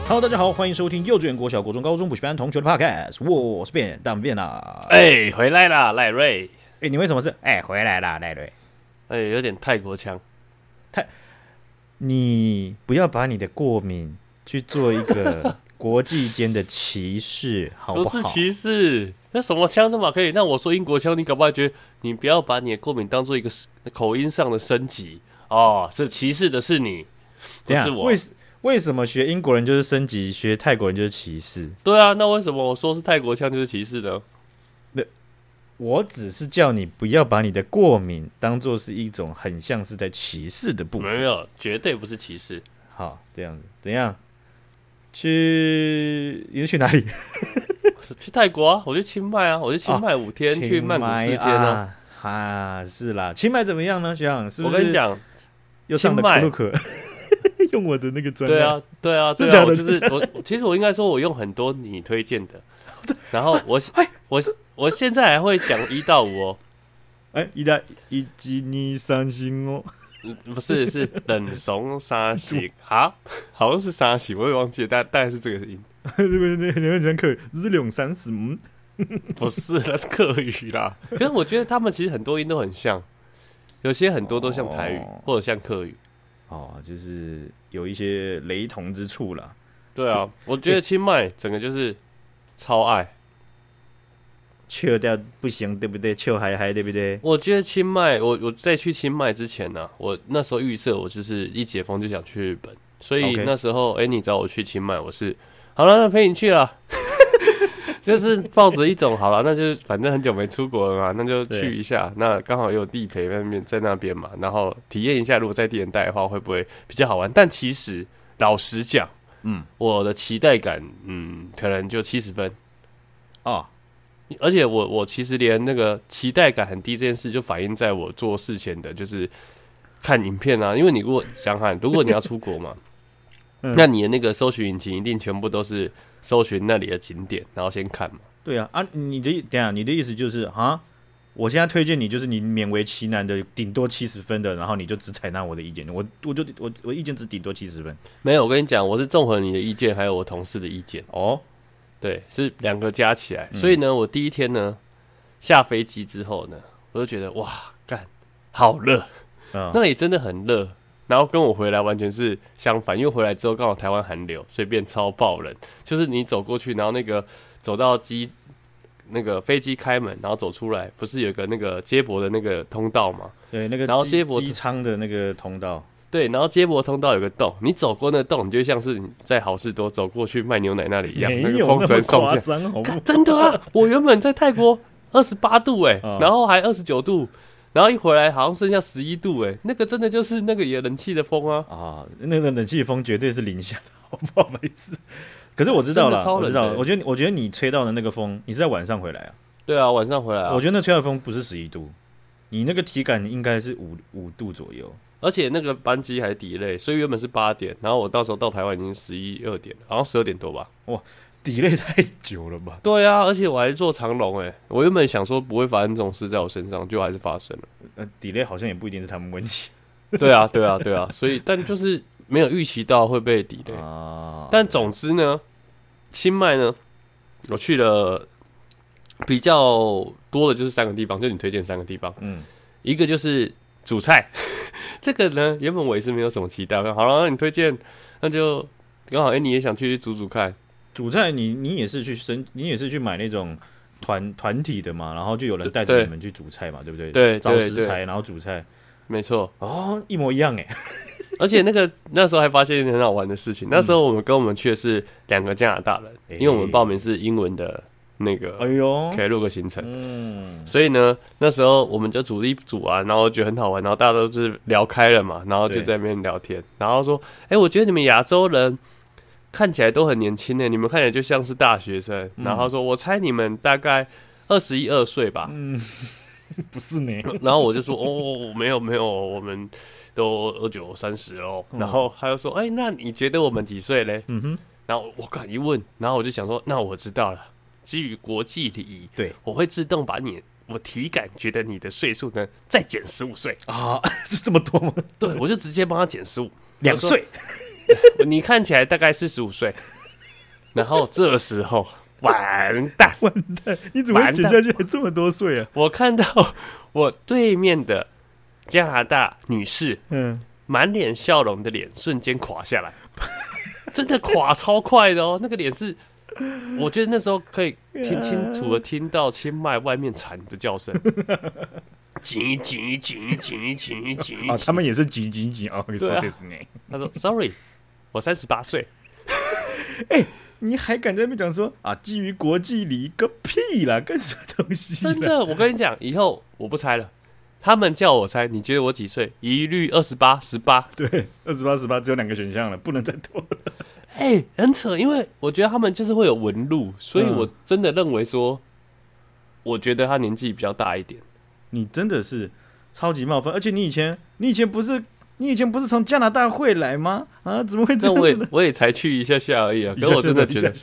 Hello， 大家好，欢迎收听幼稚园、国小、国中、高中补习班同学的 Podcast， 我是便当便啦。 回来啦，赖瑞。 你为什么是回来啦，赖瑞？ 有点泰国腔。 你不要把你的过敏去做一个国际间的歧视，好不好？ 不是歧视，那什么腔的嘛可以？那我说英国腔，你搞不好觉得你不要把你的过敏当做一个口音上的升级哦，是歧视的是你，不是我。 为什么学英国人就是升级，学泰国人就是歧视？ 对啊，那为什么我说是泰国腔就是歧视呢？ 我只是叫你不要把你的过敏当做是一种很像是在歧视的部分。 没有，绝对不是歧视。 好，这样子怎样？你是去哪里？ 去泰国啊，我去清迈啊，我去清迈5天，去曼谷4天啊。 是啦，清迈怎么样呢？学长，是不是？ 我跟你讲， 又上了克鲁克。用我的那个专栏， 对啊，其实我应该说，我用很多你推荐的，然后我现在还会讲1到5哦。 1、2、2、3、4哦， 不是冷怂沙喜好像是沙喜，我也忘记了，大概是这个音。 你会讲客语，日两三四， 不是，那是客语啦。可是我觉得他们其实很多音都很像，有些很多都像台语或者像客语。 就是有一些雷同之处啦。 对啊，我觉得清迈整个就是超爱， 笑掉不行，对不对？笑嗨嗨，对不对？ 我觉得清迈，我在去清迈之前呢，我那时候预设我就是一解封就想去日本，所以那时候你找我去清迈，我是好了，那陪你去了。就是抱着一种好了，那就是反正很久没出国了嘛，那就去一下。那刚好有地陪在那边嘛，然后体验一下，如果在地人带的话，会不会比较好玩？但其实老实讲，我的期待感，可能就70分而且我其实连那个期待感很低这件事，就反映在我做事前的，就是看影片啊。因为你如果想看，如果你要出国嘛，那你的那个搜寻引擎一定全部都是搜寻那里的景点，然后先看嘛。 对啊，你的意思就是我现在推荐你，就是你勉为其难的顶多70分的，然后你就只采纳我的意见，我意见只顶多70分。 没有，我跟你讲，我是综合你的意见还有我同事的意见。对，是2个加起来。所以呢，我第一天呢下飞机之后呢，我就觉得哇，干好热，那里真的很热。然后跟我回来完全是相反，因为回来之后刚好台湾寒流，所以变超爆冷。就是你走过去，然后那个走到那个飞机开门，然后走出来，不是有个那个接驳的那个通道吗？ 对，那个然后接驳机舱的那个通道。 对，然后接驳通道有个洞，你走过那个洞，你就像是你在好事多走过去卖牛奶那里一样， 没有那个风传送下。真的啊！我原本在泰国28度然后还29度。然后一回来好像剩下11度那个真的就是那个也冷气的风那个冷气的风绝对是零下的，好不好？每次。可是我知道了，我知道，我觉得你吹到的那个风，你是在晚上回来啊？ 对啊，晚上回来我觉得那吹到的风不是11度，你那个体感应该是5度左右。 而且那个班机还 delay， 所以原本是8点，然后我到时候到台湾已经11、2点了，好像12点多吧。 哇，delay 太久了吧？ 对啊，而且我还坐长龙我原本想说不会发生这种事在我身上，就还是发生了。 delay 好像也不一定是他们问题。 对啊，所以但就是没有预期到会被 delay 但总之呢，清迈呢，我去了比较多的就是3个地方，就你推荐3个地方。一个就是煮菜，这个呢原本我也是没有什么期待，好了，那你推荐，那就刚好你也想去煮看。 煮菜你也是去买那种团体的嘛，然后就有人带着你们去煮菜嘛，对不对？ 对， 找食材然后煮菜， 没错。 一模一样而且那时候还发现一件很好玩的事情，那时候我们去的是2个加拿大人，因为我们报名是英文的那个Klook 行程，所以呢那时候我们就煮一煮啊，然后觉得很好玩，然后大家都是聊开了嘛，然后就在那边聊天，然后说我觉得你们亚洲人看起来都很年轻你们看起来就像是大学生。然后说我猜你们大概21、22岁吧。 不是呢。 然后我就说没有，我们都29、30咯。然后他就说那你觉得我们几岁嘞？然后我敢一问，然后我就想说那我知道了，基于国际礼仪， 对， 我会自动把我体感觉得你的岁数呢再减15岁是这么多吗？ 对，我就直接帮他减15， 2岁。 你看起来大概45岁， 然后这时候完蛋， 你怎么会减下去还这么多岁啊？ 我看到我对面的加拿大女士，满脸笑容的脸瞬间垮下来，真的垮超快的哦，那个脸是。我觉得那时候可以听清楚的听到清迈外面蝉的叫声，叽叽叽叽叽叽。 他们也是叽叽叽哦， 对啊。他说 ：“Sorry， 我38岁。” 你还敢在那边讲说啊？基于国际礼个屁啦，干什么东西？ 真的，我跟你讲，以后我不猜了。他们叫我猜，你觉得我几岁？一律28、18。 对，28、18只有2个选项了，不能再多了。 很扯，因为我觉得他们就是会有纹路，所以我真的认为说，我觉得他年纪比较大一点。 你真的是超级冒犯，而且你以前不是从加拿大会来吗？啊，怎么会这样子呢？ 我也才去一下下而已啊，可是我真的觉得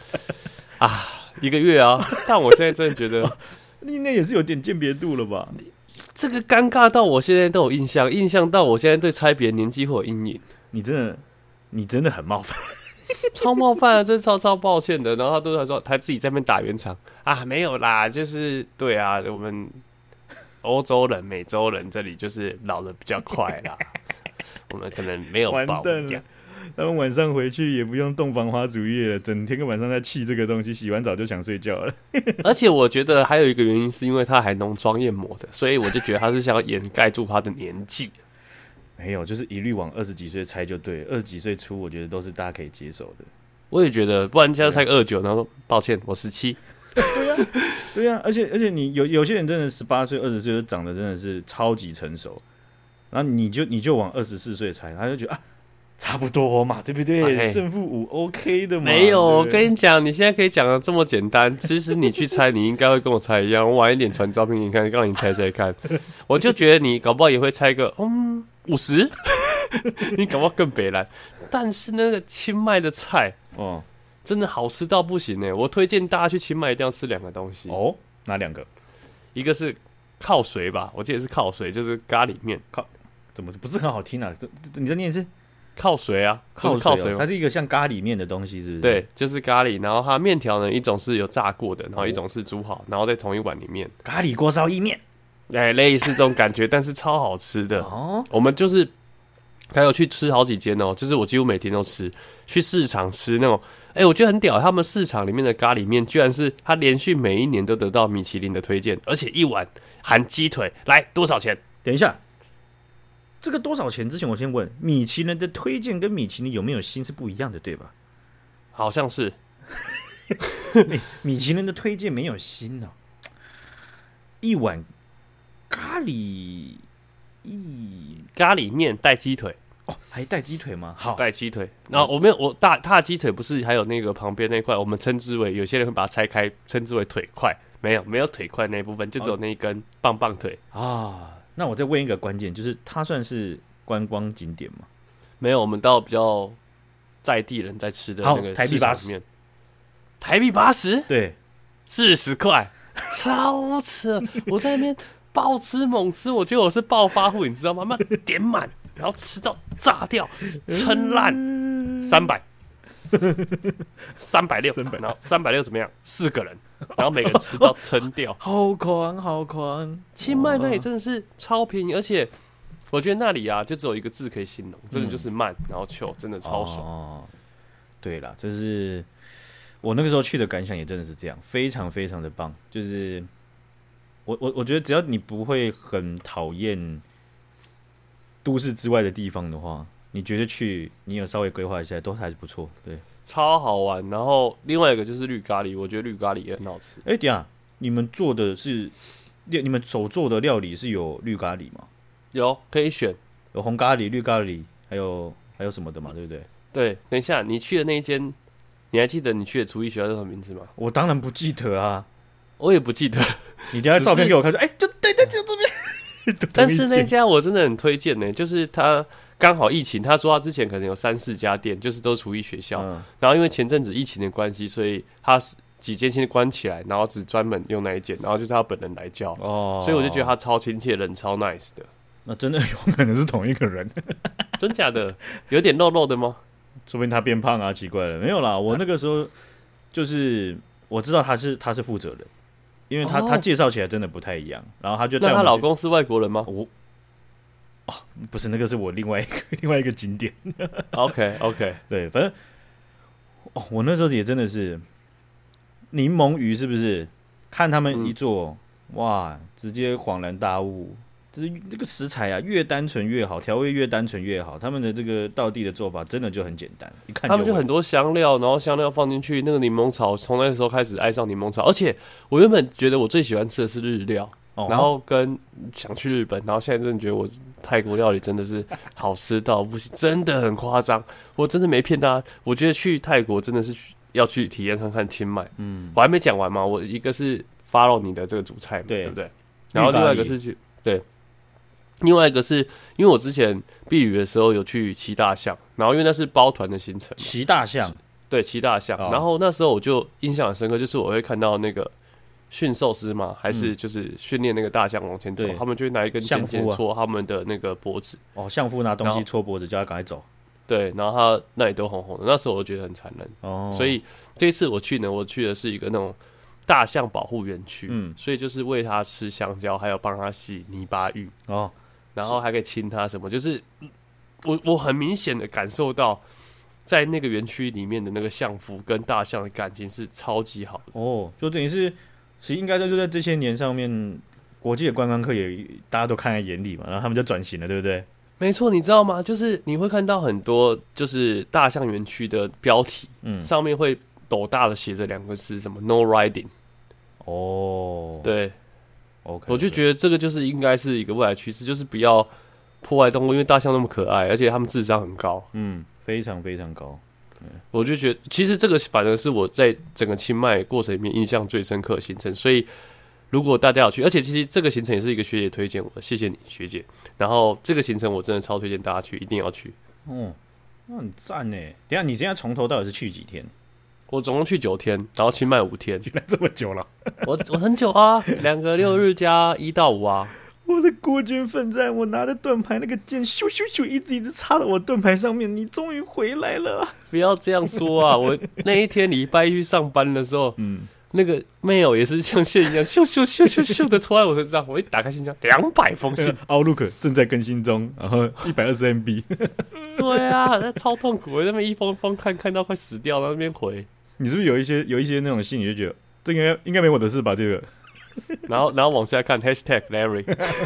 1个月啊，但我现在真的觉得， 你那也是有点鉴别度了吧？ 这个尴尬到我现在都有印象到我现在对猜别人年纪会有阴影。 你真的很冒犯。 超冒犯啊！真超抱歉的。然后他都在说，他自己在那边打圆场啊，没有啦，就是对啊，我们欧洲人、美洲人这里就是老的比较快啦，我们可能没有保养。 他们晚上回去也不用洞房花烛夜了，整天个晚上在气这个东西，洗完澡就想睡觉了。 而且我觉得还有一个原因，是因为他还浓妆艳抹的，所以我就觉得他是想要掩盖住他的年纪。 没有，就是一律往20几岁猜就对了，20几岁出，我觉得都是大家可以接受的。 我也觉得，不然就猜个29，然后说抱歉，我17。 对呀，而且你有些人真的18岁、20岁就长得真的是超级成熟，然后你就往24岁猜，他就觉得差不多嘛，对不对？正负5 OK 的嘛。 没有，我跟你讲，你现在可以讲的这么简单，其实你去猜，你应该会跟我猜一样。我晚一点传照片给你看，让你猜猜看。我就觉得你搞不好也会猜个50，你搞不好更北蓝。但是那个清迈的菜真的好吃到不行欸！我推荐大家去清迈一定要吃2个东西哦，哪2个？ 一个是靠水吧，我记得是靠水，就是咖喱面。 怎么不是很好听啊？你再念一次。 靠水啊，靠水， 它是一个像咖喱面的东西，是不是？ 对，就是咖喱。然后它面条呢，一种是有炸过的，然后一种是煮好，然后在同一碗里面。 咖喱锅烧意面， 类似这种感觉，但是超好吃的。我们就是还有去吃好几间哦，就是我几乎每天都吃。去市场吃那种，我觉得很屌。他们市场里面的咖喱面，居然是他连续每一年都得到米其林的推荐，而且一碗含鸡腿，来多少钱？ 等一下。这个多少钱？之前我先问，米其林的推荐跟米其林有没有薪是不一样的，对吧？ 好像是。 米其林的推荐没有薪哦，一碗咖喱面带鸡腿还带鸡腿吗？好， 带鸡腿。然后大鸡腿不是还有那个旁边那块，我们称之为有些人会把它拆开，称之为腿块。没有腿块那一部分，就只有那一根棒棒腿啊。那我再问一个关键，就是它算是观光景点吗？ 没有，我们到比较在地人在吃的那个台币80， 台币80， 对 ，40块，超扯！我在那边暴吃猛吃，我觉得我是暴发户，你知道吗？慢慢点满，然后吃到炸掉，撑烂，300。360，然后360怎么样？4个人，然后每个人吃到撑掉， 好狂！ 清迈那里真的是超便宜，而且我觉得那里啊，就只有一个字可以形容，真的就是慢，然后chill，真的超爽。 对啦，这是我那个时候去的感想，也真的是这样，非常非常的棒。就是我觉得只要你不会很讨厌都市之外的地方的话。你觉得去，你有稍微规划一下，都还是不错，对， 超好玩。然后另外一个就是绿咖喱，我觉得绿咖喱也很好吃。 等一下，你们做的是，你们手做的料理是有绿咖喱吗？ 有，可以选， 有红咖喱、绿咖喱，还有什么的嘛，对不对？ 对，等一下，你去的那一间，你还记得你去的厨艺学校叫什么名字吗？ 我当然不记得啊， 我也不记得。 你等一下照片给我看，说，就对，就这边。 但是那家我真的很推荐呢，就是他。刚好疫情，他说他之前可能有3-4家店，就是都厨艺学校。然后因为前阵子疫情的关系，所以他几间先关起来，然后只专门用那一间，然后就是他本人来教。所以我就觉得他超亲切，人超 nice 的。 那真的有可能是同一个人？ 真假的？有点肉肉的吗？ 说不定他变胖啊，奇怪了。没有啦，我那个时候就是我知道他是负责人，因为他介绍起来真的不太一样，然后他就带我们那她老公是外国人吗？ 不是，那个是我另外一个景点。 OK， 对，反正我那时候也真的是柠檬鱼，是不是？看他们一做，哇，直接恍然大悟。就是这个食材啊，越单纯越好，调味越单纯越好。他们的这个道地的做法真的就很简单，一看他们就很多香料，然后香料放进去，那个柠檬草，从那时候开始爱上柠檬草。而且我原本觉得我最喜欢吃的是日料，然后跟想去日本，然后现在真的觉得我泰国料理真的是好吃到不行，真的很夸张。我真的没骗大家，我觉得去泰国真的是要去体验看看清迈。我还没讲完嘛，我一个是 follow 你的这个主菜嘛，对不对？然后另外一个是去对。另外一个是因为我之前避旅的时候有去骑大象，然后因为那是包团的行程， 骑大象， 对，骑大象。然后那时候我就印象很深刻，就是我会看到那个驯兽师嘛，还是就是训练那个大象往前走，他们就会拿一根尖尖戳他们的那个脖子。 相夫拿东西戳脖子，叫他赶快走。 对，然后他那里都红红的，那时候我就觉得很残忍。所以这次我去呢，我去的是一个那种大象保护园区，所以就是喂它吃香蕉，还有帮它洗泥巴浴。然后还可以亲它什么，就是我很明显的感受到，在那个园区里面的那个象夫跟大象的感情是超级好的。 就等于是，其实应该就在这些年上面，国际的观光客也大家都看在眼里嘛，然后他们就转型了，对不对？ 没错，你知道吗？就是你会看到很多就是大象园区的标题，上面会斗大的写着2个字，什么 “No Riding”。对。我就觉得这个就是应该是一个未来趋势，就是不要破坏动物，因为大象那么可爱，而且它们智商很高， 非常非常高。 我就觉得其实这个反而是我在整个清迈过程里面印象最深刻的行程，所以如果大家有去，而且其实这个行程也是一个学姐推荐我的，谢谢你学姐。然后这个行程我真的超推荐大家去，一定要去。 那很赞耶！等一下你现在从头到尾是去几天？ 我总共去9天，然后清迈5天。 原来这么久了， 我很久啊，2个6日加1到5啊。 我的孤军奋战，我拿着盾牌，那个剑咻咻咻一直插到我盾牌上面，你终于回来了。 不要这样说啊！我那一天礼拜一去上班的时候，那个 mail 也是像线一样咻咻咻咻咻的戳在我身上，我一打开信箱200封信 ，Outlook 正在更新中，然后120 MB。 对啊，那超痛苦，我那边一封封看到快死掉了，那边回。 你是不是有一些那种信，你就觉得这应该没我的事吧？这个， 然后往下看 #Larry，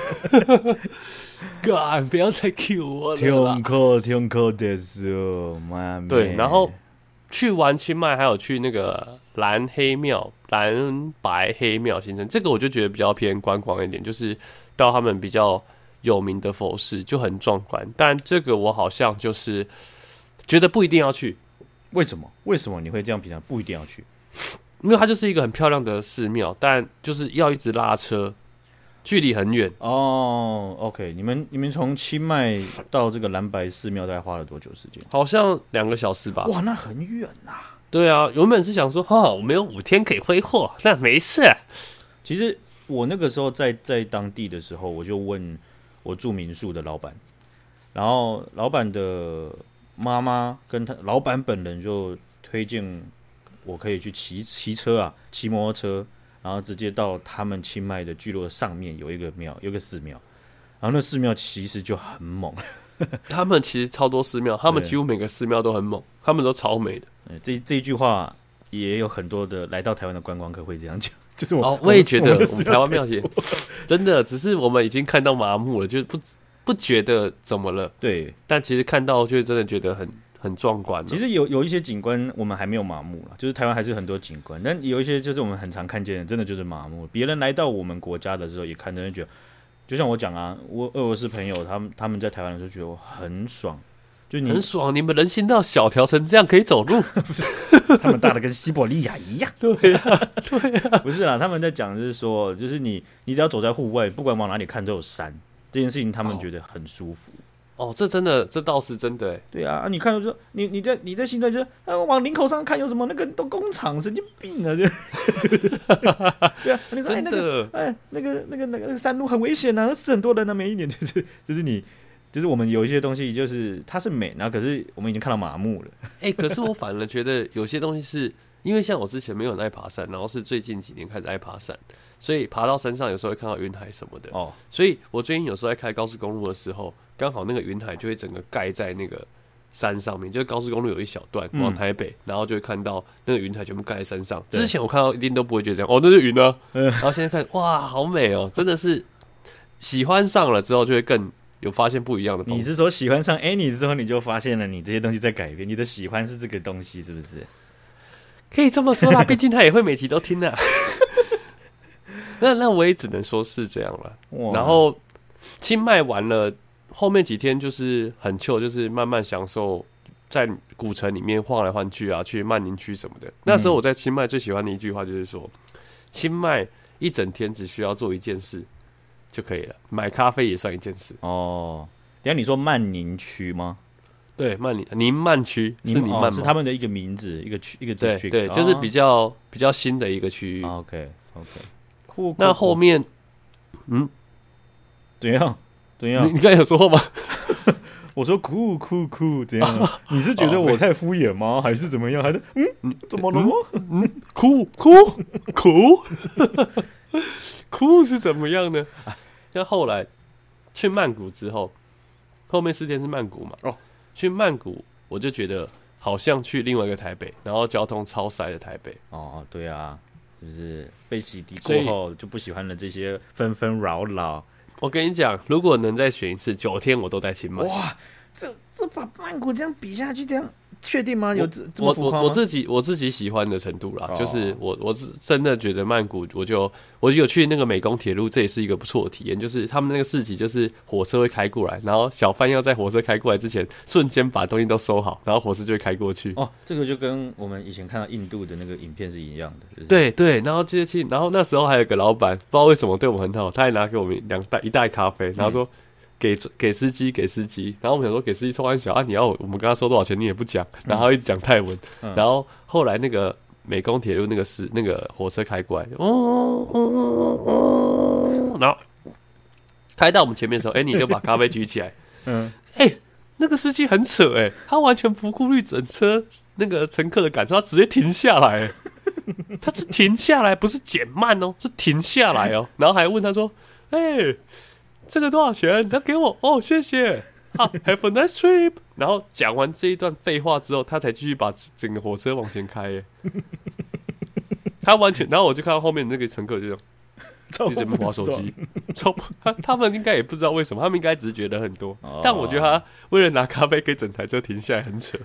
God， 不要再 Q 我了啦。 天空的时候，妈对，然后去完清迈，还有去那个蓝白黑庙行程，这个我就觉得比较偏观光一点，就是到他们比较有名的佛寺就很壮观，但这个我好像就是觉得不一定要去。 为什么？为什么你会这样评价？不一定要去， 因为它就是一个很漂亮的寺庙，但就是要一直拉车，距离很远。 OK， 你们从清迈到这个蓝白寺庙大概花了多久时间？ 好像2个小时吧。 哇，那很远啊。 对啊，原本是想说，我们有5天可以挥霍，那没事。 其实我那个时候在当地的时候，我就问我住民宿的老板，然后老板的妈妈跟他老板本人就推荐我可以去骑车啊，骑摩托车，然后直接到他们清迈的聚落上面有一个庙，有一个寺庙，然后那寺庙其实就很猛。 他们其实超多寺庙，他们几乎每个寺庙都很猛，他们都超美的。 这一句话也有很多的来到台湾的观光客会这样讲，就是我也觉得我们台湾庙也真的，只是我们已经看到麻木了，就不觉得怎么了。对，但其实看到就真的觉得很壮观。 其实有一些景观我们还没有麻木了，就是台湾还是很多景观，但有一些就是我们很常看见的，真的就是麻木。别人来到我们国家的时候也看，真的觉得，就像我讲啊，我俄罗斯朋友他们在台湾的时候觉得我很爽。就你很爽，你们人行道小条成这样可以走路， 不是？他们大的跟西伯利亚一样。 对啊，对啊， 不是啊，他们在讲的是说，就是你只要走在户外，不管往哪里看都有山，这件事情他们觉得很舒服。 这真的，这倒是真的。 对啊，你看说你在新庄就是往林口上看有什么那个都工厂，神经病啊！对啊，你说那个山路很危险啊，死很多人啊，每一年就是你。就是我们有一些东西，就是它是美，然后可是我们已经看到麻木了。 可是我反而觉得有些东西是因为像我之前没有很爱爬山，然后是最近几年开始爱爬山，所以爬到山上有时候会看到云海什么的。哦，所以我最近有时候在开高速公路的时候，刚好那个云海就会整个盖在那个山上面，就是高速公路有一小段往台北，然后就会看到那个云海全部盖在山上。之前我看到一定都不会觉得这样，哦，那是云啊。然后现在看，哇，好美哦，真的是喜欢上了之后就会更有发现不一样的风景。 你是说喜欢上 Annie 之后，你就发现了你这些东西在改变，你的喜欢是这个东西，是不是？ 可以这么说啦，毕竟他也会每集都听啊。那我也只能说是这样了。然后清迈完了。后面几天就是很chill，就是慢慢享受在古城里面晃来晃去啊，去曼宁区什么的。那时候我在清迈最喜欢的一句话就是说，清迈一整天只需要做一件事就可以了，买咖啡也算一件事。 哦，等一下你说曼宁区吗？ 对，宁曼区是宁曼吗？ 是他们的一个名字，一个 district， 对，就是比较新的一个区域。 OK， 酷。那后面， 怎样？你刚才有说话吗？ 我说酷，怎样？你是觉得我太敷衍吗？还是怎么样？还是怎么了吗？ 酷是怎么样呢？像后来去曼谷之后，后面4天是曼谷嘛？去曼谷我就觉得好像去另外一个台北，然后交通超塞的台北。 哦，对啊，就是被洗涤过后就不喜欢了这些纷纷扰扰。 我跟你讲，如果能再选一次，9天我都在清迈。 哇，这把曼谷这样比下去，这样确定吗？有这么浮夸吗？ 我自己喜欢的程度啦，就是我是真的觉得曼谷，我有去那个美工铁路，这也是一个不错的体验。就是他们那个市集，就是火车会开过来，然后小贩要在火车开过来之前，瞬间把东西都收好，然后火车就会开过去。 哦，这个就跟我们以前看到印度的那个影片是一样的。就是、 对，然后然后那时候还有个老板，不知道为什么对我们很好，他还拿给我们一袋咖啡，然后说。给司机，然后我们想说给司机抽完小啊，你要我们跟他收多少钱，你也不讲，然后一直讲泰文，然后后来那个美工铁路那个火车开过来，然后开到我们前面的时候，你就把咖啡举起来，那个司机很扯他完全不顾虑整车那个乘客的感受，他直接停下来，他是停下来，不是减慢哦，是停下来哦，然后还问他说，这个多少钱？他给我哦，谢谢。好 ，Have a nice trip。然后讲完这一段废话之后，他才继续把整个火车往前开。他完全，然后我就看到后面那个乘客就这样，一直在滑手机。他们应该也不知道为什么，他们应该只是觉得很多。但我觉得他为了拿咖啡给整台车停下来，很扯。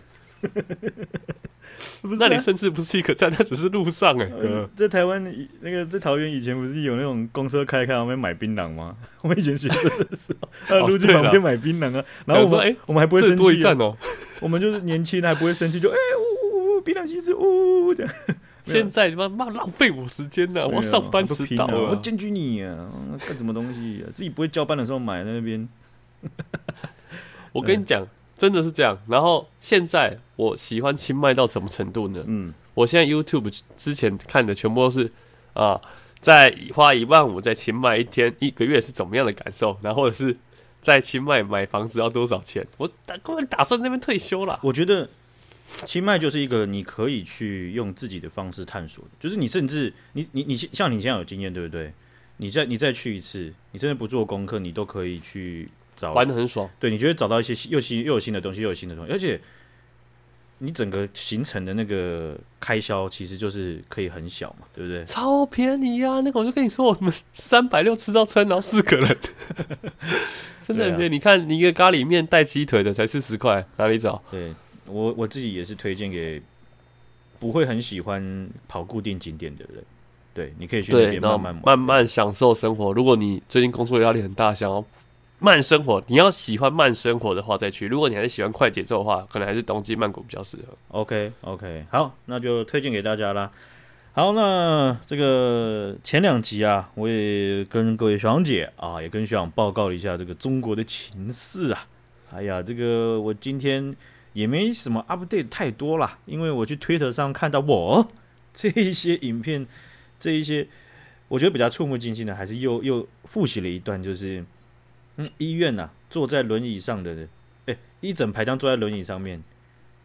那你甚至不是一个站，那只是路上哥。 在台湾那个在桃园以前不是有那种公车开旁边买槟榔吗？我们以前学生的时候，他路去旁边买槟榔啊，然后我们还不会生气， 多一站哦。 我们就是年轻还不会生气，就槟榔西施这样。 现在你妈浪费我时间呢，我上班迟到了， 我检举你啊！干什么东西啊？自己不会交班的时候买在那边。 我跟你讲。真的是这样，然后现在我喜欢清迈到什么程度呢？我现在 YouTube 之前看的全部都是在花15000在清迈1个月是怎么样的感受，然后或者是在清迈买房子要多少钱，我根本打算那边退休啦。 我觉得清迈就是一个你可以去用自己的方式探索的，就是你甚至你像你现在有经验对不对？你再去一次，你甚至不做功课，你都可以去。 玩得很爽， 对，你就会找到一些又有新的东西，又有新的东西，而且你整个行程的那个开销其实就是可以很小嘛，对不对？ 超便宜啊！那个我就跟你说，我们360吃到撑，然后4个人，真的很便宜。你看，你一个咖喱面带鸡腿的才40块，哪里找？ 对，我自己也是推荐给不会很喜欢跑固定景点的人。对，你可以去那边慢慢享受生活。如果你最近工作压力很大，想要慢生活，你要喜欢慢生活的话再去。如果你还是喜欢快节奏的话，可能还是东京曼谷比较适合。 OK， 好，那就推荐给大家啦。好，那这个前2集啊，我也跟各位学长姐啊，也跟学长报告了一下这个中国的情势啊。哎呀，这个我今天也没什么 update 太多啦，因为我去 Twitter 上看到这一些影片，这一些我觉得比较触目惊心的，还是又复习了一段，就是医院啊，坐在轮椅上的人，一整排这样坐在轮椅上面，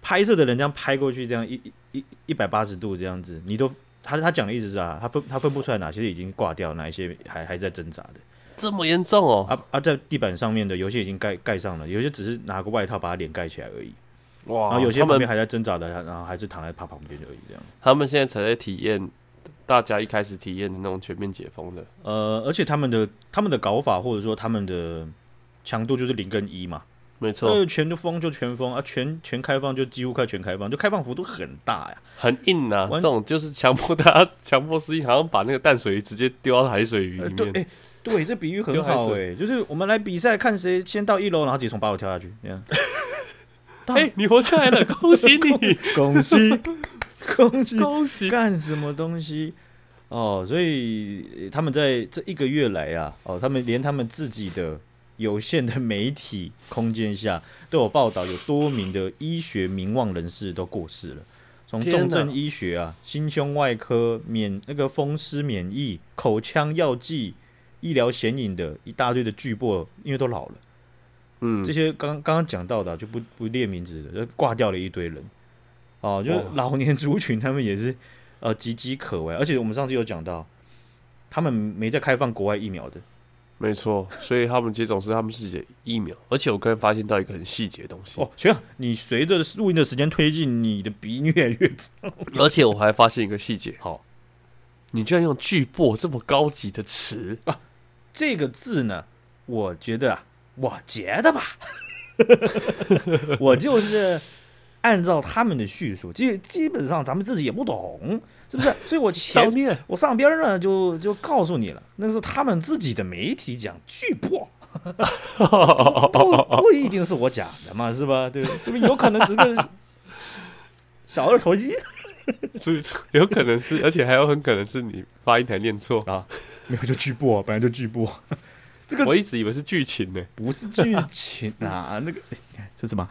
拍摄的人这样拍过去，这样180度这样子，你都他讲的意思是啊，他分不出来哪些已经挂掉，哪一些还在挣扎的。 这么严重哦！ 在地板上面的有些已经盖上了，有些只是拿个外套把他脸盖起来而已。 哇！ 然后有些旁边还在挣扎的，然后还是躺在他旁边而已这样。 他们现在才在体验大家一开始体验的那种全面解封的。 而且他们的搞法或者说他们的强度就是0跟1嘛。 没错， 全封就全封啊，全开放就几乎快全开放，就开放幅度很大呀， 很硬啊。这种就是强迫适应，好像把那个淡水鱼直接丢到海水鱼里面。 对，这比喻很好就是我们来比赛，看谁先到1楼，然后直接从8楼跳下去，这样。 你活下来了，恭喜你， 恭喜！干什么东西？所以他们在这1个月来啊，他们连他们自己的有限的媒体空间下，都有报道有多名的医学名望人士都过世了。从重症医学啊、心胸外科、风湿免疫、口腔药剂、医疗显影的一大堆的巨擘，因为都老了。这些刚刚讲到的就不列名字的，就挂掉了一堆人。就是老年族群他们也是岌岌可危，而且我们上次有讲到，他们没在开放国外疫苗的。 没错，所以他们接种是他们自己的疫苗，而且我刚才发现到一个很细节的东西。 学长，你随着录音的时间推进，你的鼻音越来越重。 而且我还发现一个细节， 好， 你居然用巨擘这么高级的词啊！这个字呢，我觉得吧，我就是按照他们的叙述，基本上咱们自己也不懂，是不是？所以我上边呢就告诉你了，那是他们自己的媒体讲巨擘，不一定是我讲的嘛，是吧？对，是不是有可能只是个小二头肌？ 所以有可能是，而且还有很可能是你发音台念错啊，没有就巨擘，本来就巨擘。这个我一直以为是剧情呢， 不是剧情啊，那个这是什么？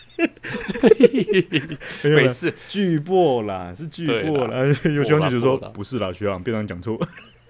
没事， 巨擘啦，是巨擘啦。有学长就说不是啦，学长别让你讲错。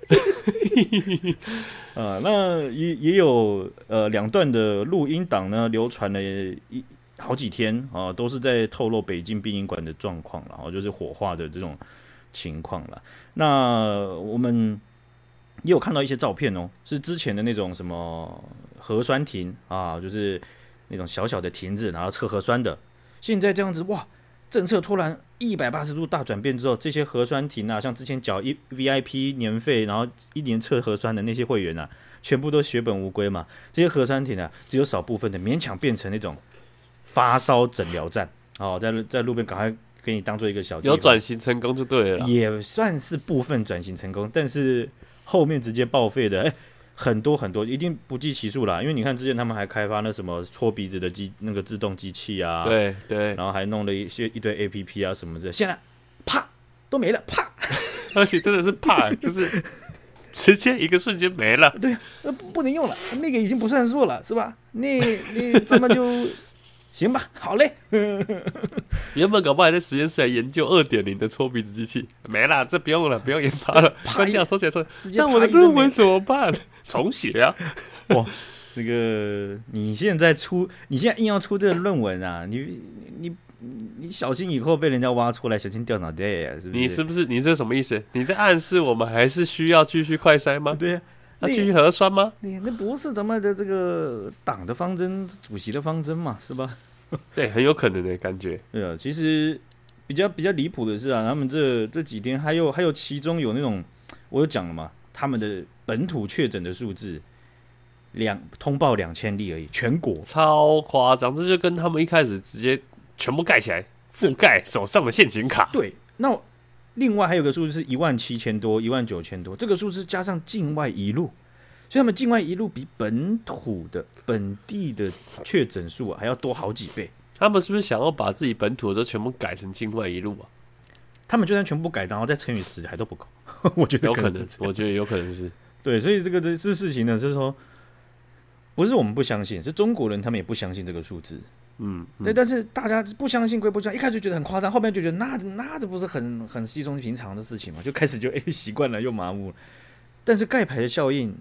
那也有2段的录音档呢，流传了好几天啊，都是在透露北京殡仪馆的状况啦，就是火化的这种情况啦。那我们也有看到一些照片是之前的那种什么核酸亭啊，就是那种小小的亭子，然后测核酸的。现在这样子哇，政策突然180度大转变之后，这些核酸亭啊，像之前缴VIP 年费，然后1年测核酸的那些会员啊，全部都血本无归嘛。这些核酸亭啊，只有少部分的勉强变成那种发烧诊疗站在路边赶快给你当做一个小地方， 有转型成功就对了， 也算是部分转型成功，但是后面直接报废的，很多很多，一定不计其数啦。因为你看之前他们还开发那什么搓鼻子的那个自动机器啊， 对， 然后还弄了一堆 APP 啊什么的，现在啪都没了，啪， 而且真的是啪，就是直接一个瞬间没了。 对啊，不能用了，那个已经不算数了，是吧？你怎么就行吧？好嘞。 原本搞不好还在实验室来研究2.0的搓鼻子机器，没了，这不用了，不用研发了，关掉，收起来，那我的论文怎么办？重写啊！ 哇，那个你现在硬要出这个论文啊，你小心以后被人家挖出来，小心掉脑袋啊！是不是？ 你是不是？你这什么意思？你在暗示我们还是需要继续快筛吗？ 对呀， 要继续核酸吗？ 那不是咱们的这个党的方针，主席的方针嘛，是吧？ 对，很有可能的感觉。 对啊，其实比较离谱的是啊，他们这几天还有其中有那种，我有讲了嘛，他们的本土确诊的数字通报2000例而已，全国超夸张，这就跟他们一开始直接全部盖起来，覆盖手上的陷阱卡。 对，那另外还有个数字是17000多、19000多，这个数字加上境外移入。所以他们境外一路比本地的确诊数还要多好几倍。 他们是不是想要把自己本土的都全部改成境外一路啊？ 他们就算全部改，然后再乘以10还都不够。我觉得有可能，我觉得有可能是。 对，所以这事情呢，就是说，不是我们不相信，是中国人他们也不相信这个数字。对，但是大家不相信归不相信，一开始觉得很夸张，后面就觉得那这不是很稀松平常的事情嘛，就开始就习惯了又麻木了。但是盖牌的效应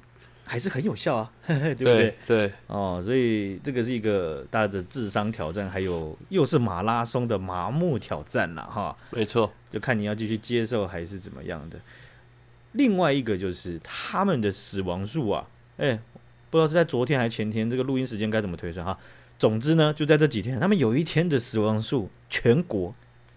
还是很有效啊，对不对？ 对哦，所以这个是一个大家的智商挑战，还有又是马拉松的麻木挑战啦，哈， 没错， 就看你要继续接受还是怎么样的。另外一个就是他们的死亡数啊，不知道是在昨天还是前天，这个录音时间该怎么推算哈？总之呢，就在这几天，他们有一天的死亡数全国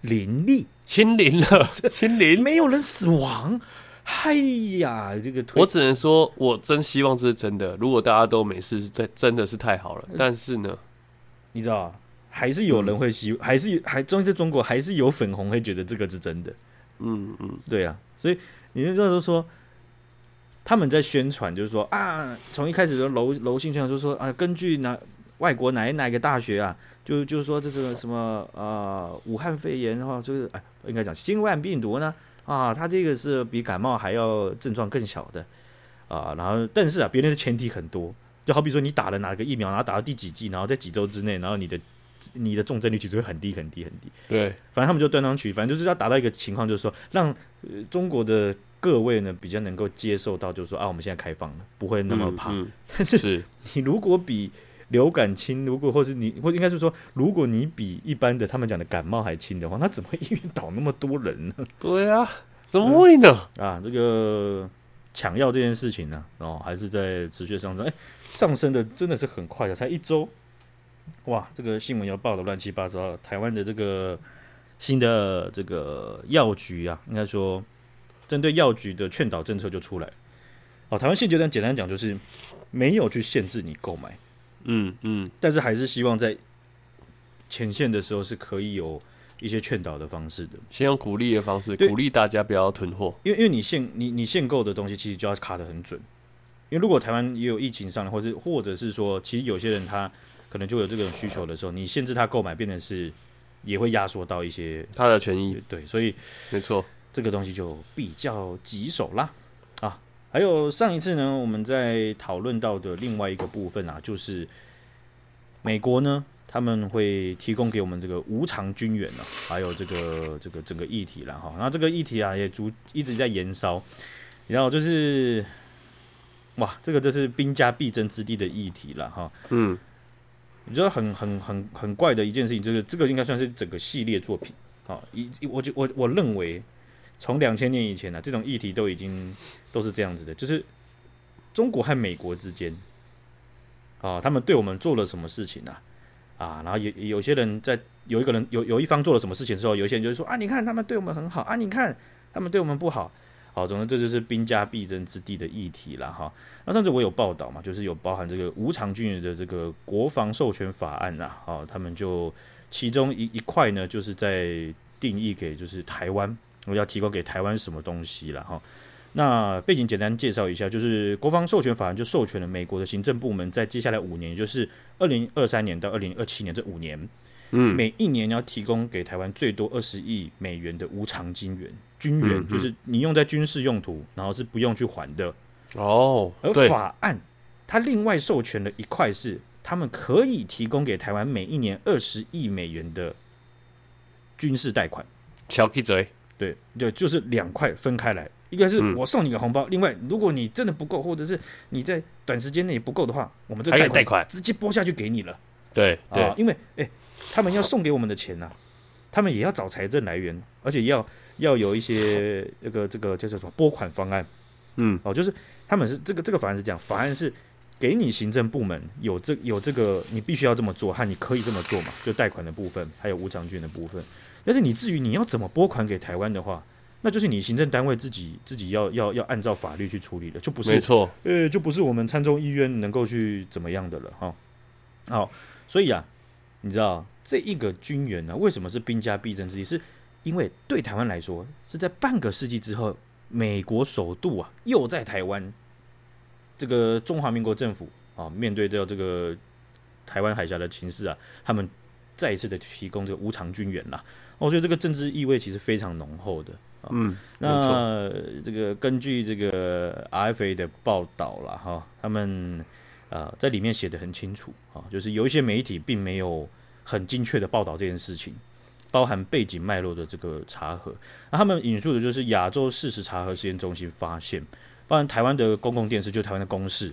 0例， 清零了，清零， 没有人死亡。哎呀，这个我只能说，我真希望这是真的。如果大家都没事，真的是太好了。但是呢， 你知道，还是有人会在中国还是有粉红会觉得这个是真的。对啊，所以你那时候说他们在宣传，就是说啊，从一开始的柔性宣传，就是说啊，根据外国哪一个大学啊，就是说这是什么武汉肺炎的话，就是应该讲新冠病毒呢啊，它这个是比感冒还要症状更小的啊，然后但是啊，别人的前提很多，就好比说你打了哪个疫苗，然后打到第几剂，然后在几周之内，然后你的重症率其实会很低很低很低。 对， 反正他们就断章取义，反正就是要达到一个情况，就是说让中国的各位呢比较能够接受到，就是说啊，我们现在开放了，不会那么怕。但是你如果比流感轻，或应该是说，如果你比一般的他们讲的感冒还轻的话，那怎么医院倒那么多人呢？ 对啊，怎么会呢？ 这个抢药这件事情呢，还是在持续上升，上升的真的是很快的，才1周。哇，这个新闻要报的乱七八糟，台湾的这个新的这个药局啊，应该说针对药局的劝导政策就出来了。台湾现阶段简单讲就是没有去限制你购买，但是还是希望在前线的时候是可以有一些劝导的方式的， 先用鼓励的方式，鼓励大家不要囤货， 因为你限购的东西其实就要卡得很准，因为如果台湾也有疫情上的，或者是说，其实有些人他可能就有这种需求的时候，你限制他购买，变成是也会压缩到一些他的权益。 对，所以没错， 这个东西就比较棘手啦。还有上一次呢，我们在讨论到的另外一个部分啊，就是美国呢，他们会提供给我们这个无偿军援啊，还有这个整个议题啦哈。那这个议题啊，也一直在延烧，然后就是哇，这个就是兵家必争之地的议题啦哈。你知道很怪的一件事情，这个应该算是整个系列作品啊。我认为从2000年以前啊，这种议题都是这样子的，就是中国和美国之间他们对我们做了什么事情然后有些人有一方做了什么事情之后，有些人就会说你看他们对我们很好你看他们对我们不好。好，总之这就是兵家必争之地的议题啦哈。那上次我有报道嘛，就是有包含这个无偿军援的这个国防授权法案他们就其中一块呢，就是在定义给就是台湾，我要提供给台湾什么东西啦哈。那背景简单介绍一下，就是国防授权法案就授权了美国的行政部门，在接下来5年，也就是2023年到2027年这5年，每一年要提供给台湾最多20亿美元的无偿军援，就是你用在军事用途，然后是不用去还的。而法案它另外授权了一块是，他们可以提供给台湾每一年20亿美元的军事贷款。 小气嘴， 对，就是2块分开来。一个是我送你个红包，另外如果你真的不够，或者是你在短时间内也不够的话，我们这个贷款直接拨下去给你了。 对， 因为他们要送给我们的钱他们也要找财政来源，而且要有一些这个叫做什么拨款方案。就是他们是这个法案是这样，法案是给你行政部门有这个你必须要这么做，和你可以这么做嘛，就贷款的部分，还有无偿军的部分。但是你至于你要怎么拨款给台湾的话，那就是你行政单位自己要按照法律去处理的，就不是没错， 就不是我们参众议院能够去怎么样的了哈。好，所以你知道这一个军援为什么是兵家必争之地？是因为对台湾来说，是在半个世纪之后，美国首度又在台湾，这个中华民国政府面对到这个台湾海峡的情势他们再一次的提供这个无偿军援啦。我觉得这个政治意味其实非常浓厚的。那这个根据这个 RFA 的报道啦他们在里面写得很清楚就是有一些媒体并没有很精确的报道这件事情，包含背景脉络的这个查核。那他们引述的就是亚洲事实查核实验中心发现，包含台湾的公共电视，就台湾的公视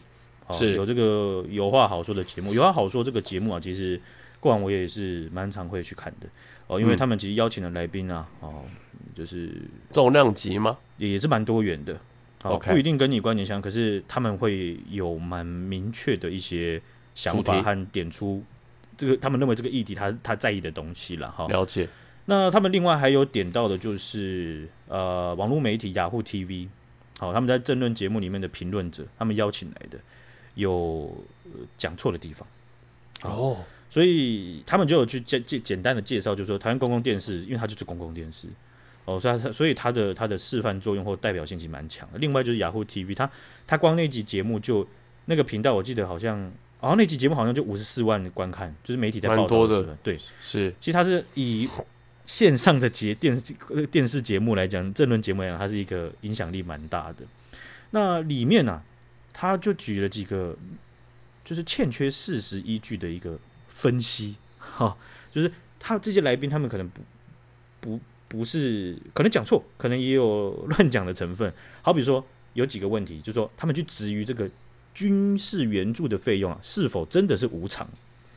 有这个有话好说的节目。有话好说这个节目啊，其实过往我也是蛮常会去看的因为他们其实邀请的来宾啊，就是重量级吗？ 也是蛮多元的。 OK， 不一定跟你观点相，可是他们会有蛮明确的一些想法和点出这个他们认为这个议题他在意的东西啦。 了解。 那他们另外还有点到的就是网络媒体雅虎 TV， 他们在政论节目里面的评论者，他们邀请来的有讲错的地方所以他们就有去简单的介绍，就是说台湾公共电视，因为它就是公共电视所以它的示范作用或代表性其实蛮强的。另外就是雅虎 TV， 它光那集节目就那个频道，我记得好像那集节目好像就54万的观看，就是媒体在报道的时候，对， 是。 其实它是以线上的电视节目来讲，政论节目来讲，它是一个影响力蛮大的。那里面啊，他就举了几个就是欠缺事实依据的一个分析，就是他这些来宾他们可能不是，可能讲错，可能也有乱讲的成分。好比说有几个问题，就是说他们去质疑这个军事援助的费用是否真的是无偿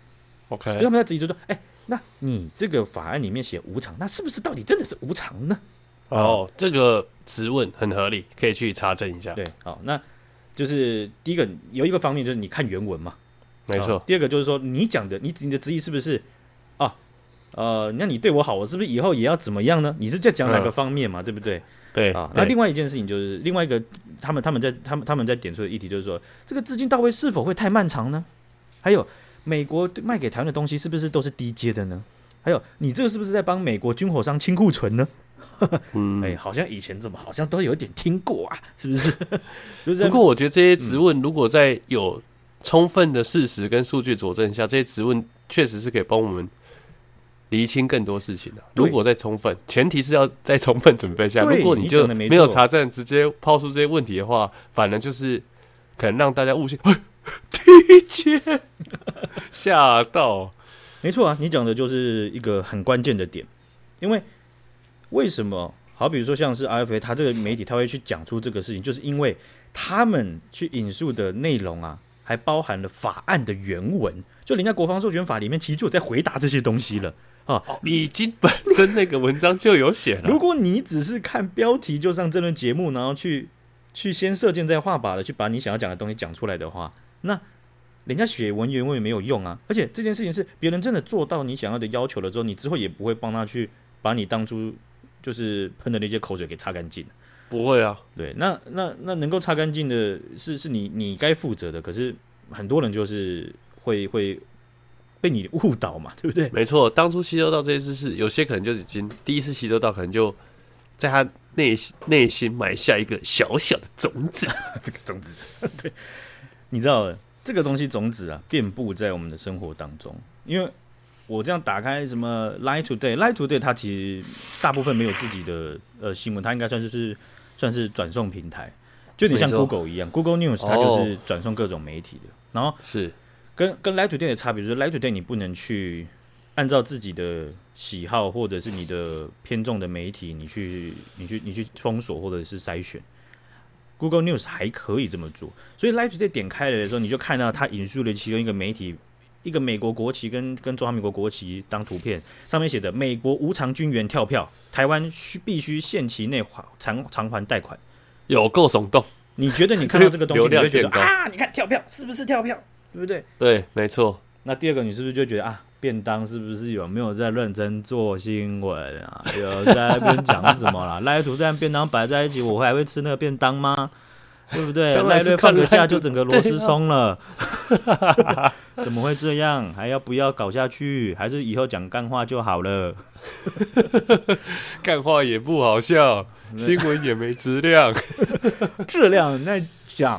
？OK， 他们在质疑就说，那你这个法案里面写无偿，那是不是到底真的是无偿呢？ 这个质问很合理，可以去查证一下。 对，那就是第一个有一个方面就是你看原文嘛， 没错。 第二个就是说你讲的你的质疑是不是那你对我好，我是不是以后也要怎么样呢？你是在讲哪个方面嘛？对不对？ 对那另外一件事情就是另外一个他们在点出的议题就是说，这个资金到位是否会太漫长呢？还有美国卖给台湾的东西是不是都是低阶的呢？还有你这个是不是在帮美国军火商清库存呢？好像以前好像都有点听过啊，是不是？不过我觉得这些质问如果在有充分的事实跟数据佐证下，这些质问确实是可以帮我们厘清更多事情的。如果在充分，前提是要在充分准备下。如果你就没有查证，直接抛出这些问题的话，反而就是可能让大家误信低阶，吓到。 没错啊，你讲的就是一个很关键的点，因为什么？好比说像是 RFA， 他这个媒体他会去讲出这个事情，就是因为他们去引述的内容啊，还包含了法案的原文，就人家国防授权法里面其实就有在回答这些东西了已经本身那个文章就有写了。 如果你只是看标题就上政论节目，然后去先射箭再画靶的去把你想要讲的东西讲出来的话，那人家写文原文也没有用啊。而且这件事情是别人真的做到你想要的要求了之后，你之后也不会帮他去把你当初就是喷的那些口水给擦干净。 不会啊， 对，那能够擦干净的是你该负责的，可是很多人就是会被你误导嘛，对不对？ 没错，当初吸收到这些知识，有些可能就已经第一次吸收到，可能就在他内心埋下一个小小的种子。 这个种子，对，你知道这个东西种子啊，遍布在我们的生活当中。因为我这样打开什么 Line Today， 它其实大部分没有自己的新闻，它应该算是转送平台，就有点像 Google 一样 ，Google News 它就是转送各种媒体的。然后是跟 Line Today 的差别，就是 Line Today 你不能去按照自己的喜好或者是你的偏重的媒体，你去封锁或者是筛选。Google News 还可以这么做，所以 Line Today 点开来的时候，你就看到它引述了其中一个媒体，一个美国国旗跟中华民国国旗当图片，上面写着美国无偿军援跳票，台湾必须限期内偿还贷款， 有够耸动。 你觉得你看到这个东西，你会觉得你看跳票是不是跳票，对不对？ 对，没错。 那第二个，你是不是就觉得便当是不是有没有在认真做新闻啊？有在那边讲什么啦？赖图这便当摆在一起，我还会吃那个便当吗？对不对？赖瑞放个假就整个螺丝松了，怎么会这样？还要不要搞下去？还是以后讲干话就好了？ 干话也不好笑，新闻也没质量， 质量那讲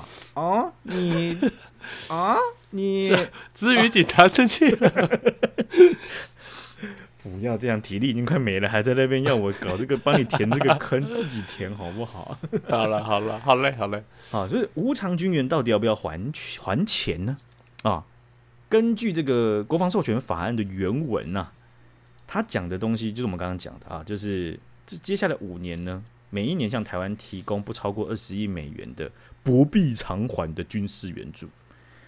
你至于警察生气了， 不要这样，体力已经快没了，还在那边要我搞这个，帮你填这个坑，自己填好不好？ 好了，好嘞。 就是无偿军援到底要不要还钱呢？根据这个国防授权法案的原文他讲的东西就是我们刚刚讲的就是接下来5年呢，每一年向台湾提供不超过20亿美元的不必偿还的军事援助。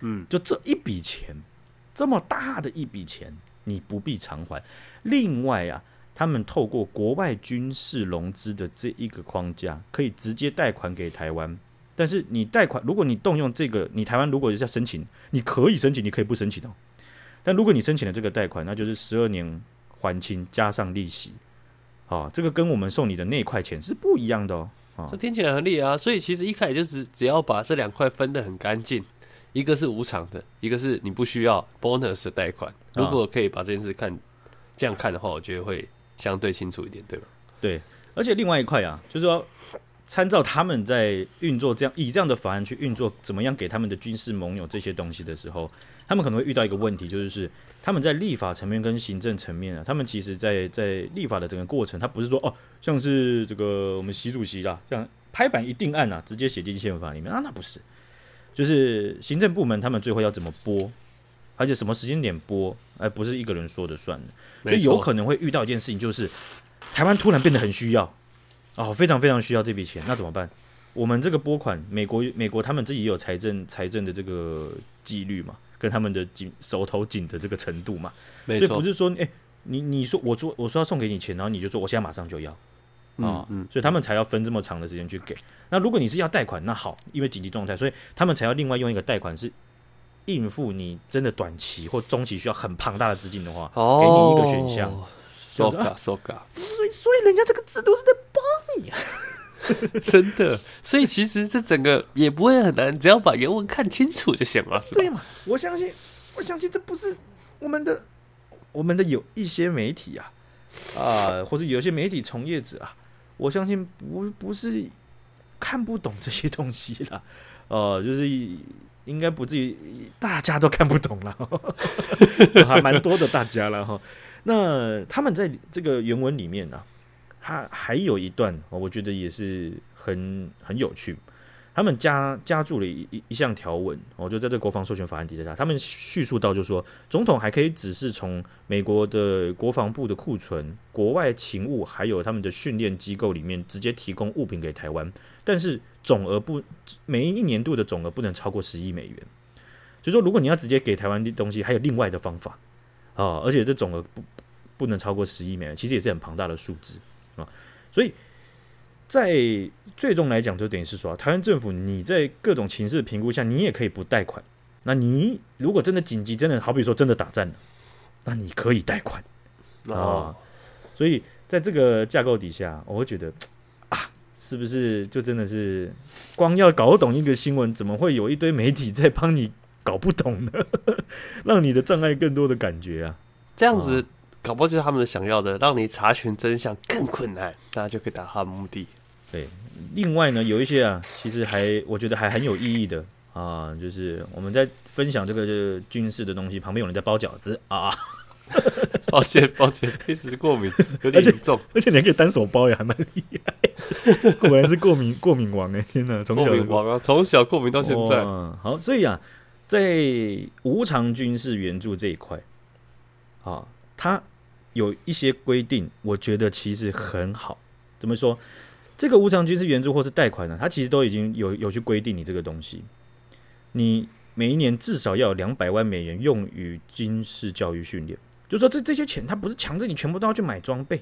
就这一笔钱，这么大的一笔钱，你不必偿还。另外啊，他们透过国外军事融资的这一个框架，可以直接贷款给台湾。但是你贷款，如果你动用这个，你台湾如果是要申请，你可以申请，你可以不申请哦。但如果你申请了这个贷款，那就是12年还清加上利息，这个跟我们送你的那块钱是不一样的哦。 这听起来很厉害啊！所以其实一开始就是只要把这2块分得很干净，一个是无偿的，一个是你不需要 bonus 的贷款。如果可以把这件事这样看的话，我觉得会相对清楚一点，对吧？ 对，而且另外一块啊，就是说，参照他们在运作以这样的法案去运作，怎么样给他们的军事盟友这些东西的时候，他们可能会遇到一个问题，就是他们在立法层面跟行政层面啊，他们其实在立法的整个过程，他不是说像是这个我们习主席啦，这样拍板一定案啊，直接写进宪法里面啊，那不是，就是行政部门他们最后要怎么拨，而且什么时间点拨，不是一个人说的算的，所以有可能会遇到一件事情，就是台湾突然变得很需要，非常非常需要这笔钱，那怎么办？我们这个拨款，美国他们自己也有财政的这个纪律嘛，跟他们的手头紧的这个程度嘛，所以不是说，你说我说要送给你钱，然后你就说我现在马上就要，所以他们才要分这么长的时间去给。那如果你是要贷款，那好，因为紧急状态，所以他们才要另外用一个贷款是应付你真的短期或中期需要很庞大的资金的话，给你一个选项。 so ga， 所以人家这个制度是在帮你啊。 真的，所以其实这整个也不会很难，只要把原文看清楚就行了，是吧？ 对嘛？我相信这不是我们的有一些媒体或者有些媒体从业者我相信不是看不懂这些东西啦，就是应该不至于大家都看不懂啦，还蛮多的大家啦哈。那他们在这个原文里面他还有一段，我觉得也是很有趣。他们加注了一项条文，就在这个国防授权法案底下，他们叙述到就是说，总统还可以指示从美国的国防部的库存、国外勤务还有他们的训练机构里面直接提供物品给台湾，但是每一年度的总额不能超过10亿美元。所以说，如果你要直接给台湾的东西，还有另外的方法而且这总额不能超过10亿美元，其实也是很庞大的数字。所以在最终来讲，就等于是说，台湾政府你在各种情势的评估下，你也可以不贷款。那你如果真的紧急，真的好比说真的打战了，那你可以贷款所以在这个架构底下，我会觉得是不是就真的是光要搞懂一个新闻，怎么会有一堆媒体在帮你搞不懂呢？让你的障碍更多的感觉这样子。搞不好就是他们想要的，让你查询真相更困难，那就可以达到他的目的。 对，另外呢，有一些其实我觉得还很有意义的就是我们在分享这个军事的东西，旁边有人在包饺子抱歉，一时过敏有点严重， 而且你还可以单手包，也还蛮厉害。果然是过敏王天哪， 过敏王从小过敏到现在。 好，所以在无偿军事援助这一块它有一些规定，我觉得其实很好。怎么说？这个无偿军事援助或是贷款它其实都已经有去规定你这个东西，你每一年至少要有200万美元用于军事教育训练。就是说这些钱，它不是强制你全部都要去买装备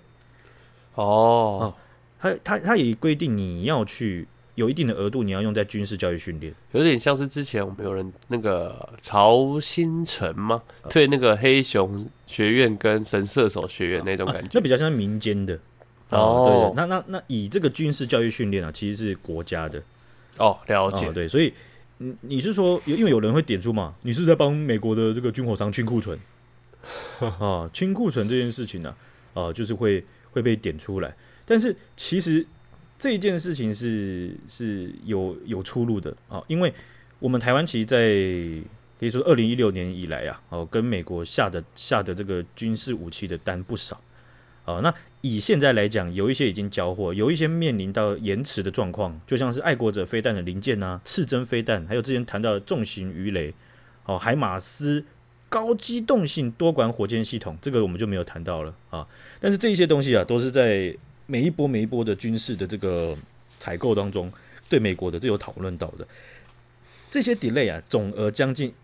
它也规定你要去有一定的额度，你要用在军事教育训练， 有点像是之前我们有人那个曹新成吗？对，那个黑熊学院跟神射手学院那种感觉， 那比较像民间的对，那以这个军事教育训练其实是国家的了解对，所以你是说，因为有人会点出嘛，你是在帮美国的这个军火商清库存清库存这件事情就是会被点出来，但是其实这一件事情是有出路的因为我们台湾其实在可以说2016年以来跟美国下的这个军事武器的单不少那以现在来讲，有一些已经交货，有一些面临到延迟的状况，就像是爱国者飞弹的零件刺针飞弹，还有之前谈到的重型鱼雷海马斯高机动性多管火箭系统，这个我们就没有谈到了但是这一些东西都是在每一波的军事的这个采购当中，对美国的这有讨论到的。 这些 delay 啊，总额将近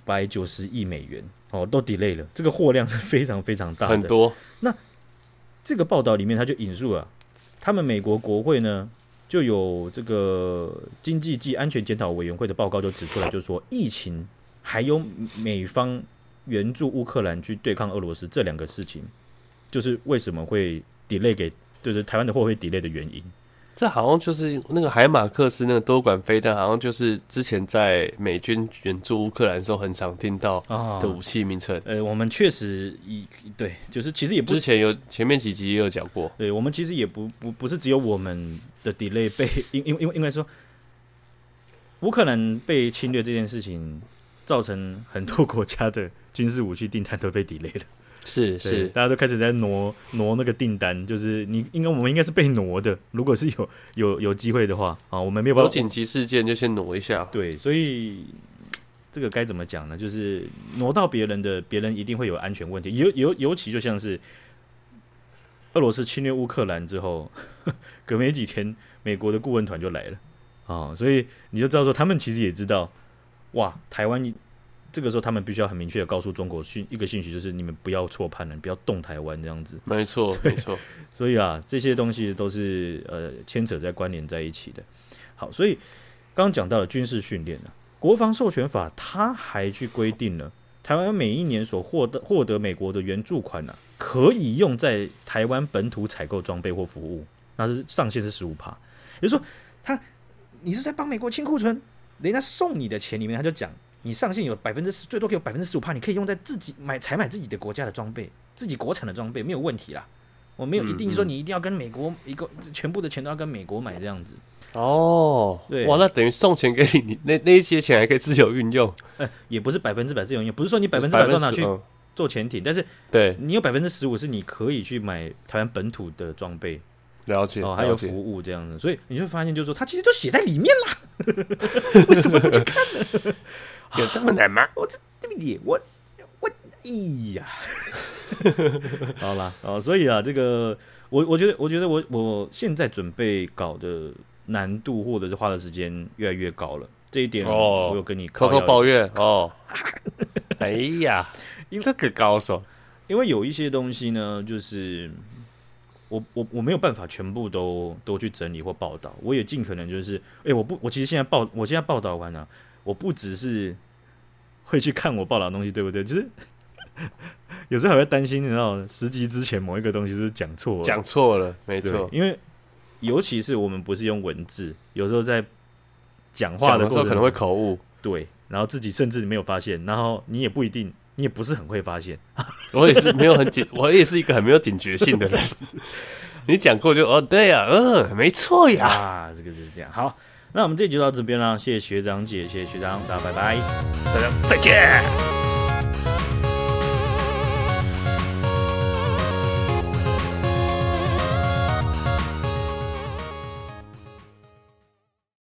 190亿美元哦，都 delay 了，这个货量是非常非常大的， 很多。 那这个报道里面他就引述了，他们美国国会呢就有这个经济暨安全检讨委员会的报告就指出来，就是说疫情还有美方援助乌克兰去对抗俄罗斯这两个事情，就是为什么会 delay 给，就是台湾的货会 delay 的原因。 这好像就是那个海马克斯那个多管飞弹，好像就是之前在美军援助乌克兰的时候很常听到的武器名称。 我们确实对，就是其实也不之前前面几集也有讲过。 对，我们其实也不是只有我们的 delay 被因为说乌克兰被侵略这件事情，造成很多国家的军事武器订单都被 delay 了。是，大家都开始在挪那个订单，就是我们应该是被挪的。如果是有机会的话啊，我们没有办法。 有紧急事件就先挪一下。 对，所以这个该怎么讲呢？就是挪到别人的，别人一定会有安全问题。尤其就像是俄罗斯侵略乌克兰之后，隔没几天，美国的顾问团就来了啊，所以你就知道说，他们其实也知道，哇，台湾。这个时候，他们必须要很明确的告诉中国一个讯息，就是你们不要错判了，不要动台湾这样子。 没错。 所以啊，这些东西都是牵扯在关联在一起的。好，所以刚刚讲到了军事训练啊，国防授权法它还去规定了，台湾每一年所获得美国的援助款啊，可以用在台湾本土采购装备或服务，那是上限是15%。也就是说，你是在帮美国清库存，人家送你的钱里面，他就讲。你上限有10%，最多可以有15%，你可以用在自己采买自己的国家的装备，自己国产的装备没有问题啦。我没有一定说你一定要跟美国全部的钱都要跟美国买这样子。 哦， 对， 哇，那等于送钱给你，那一些钱还可以自由运用。 也不是100%自由运用，不是说你100%都拿去做潜艇，但是对你有15%是你可以去买台湾本土的装备。 了解， 还有服务这样子，所以你就发现，就是说，它其实都写在里面啦，为什么不去看呢？ 有这么难吗？ 对不对？哎呀，好啦，所以啊，这个我觉得我现在准备搞的难度或者是花的时间越来越高了，这一点我有跟你偷偷抱怨哦。哎呀，这个高手， 因为有一些东西呢，就是。我没有办法全部都去整理或报道，我也尽可能就是，我其实现在报道完啊，我不只是会去看我报道的东西对不对，就是有时候还会担心，你知道10集之前某一个东西是不是讲错了， 没错， 因为尤其是我们不是用文字，有时候在讲话的过程中可能会口误， 对，然后自己甚至没有发现，然后你也不一定。你也不是很会发现， 我也是没有我也是一个很没有警觉性的人。你讲过就对呀，没错呀， 这个就是这样。好，那我们这集就到这边啦，谢谢学长姐，谢谢学长，大家拜拜， 大家再见。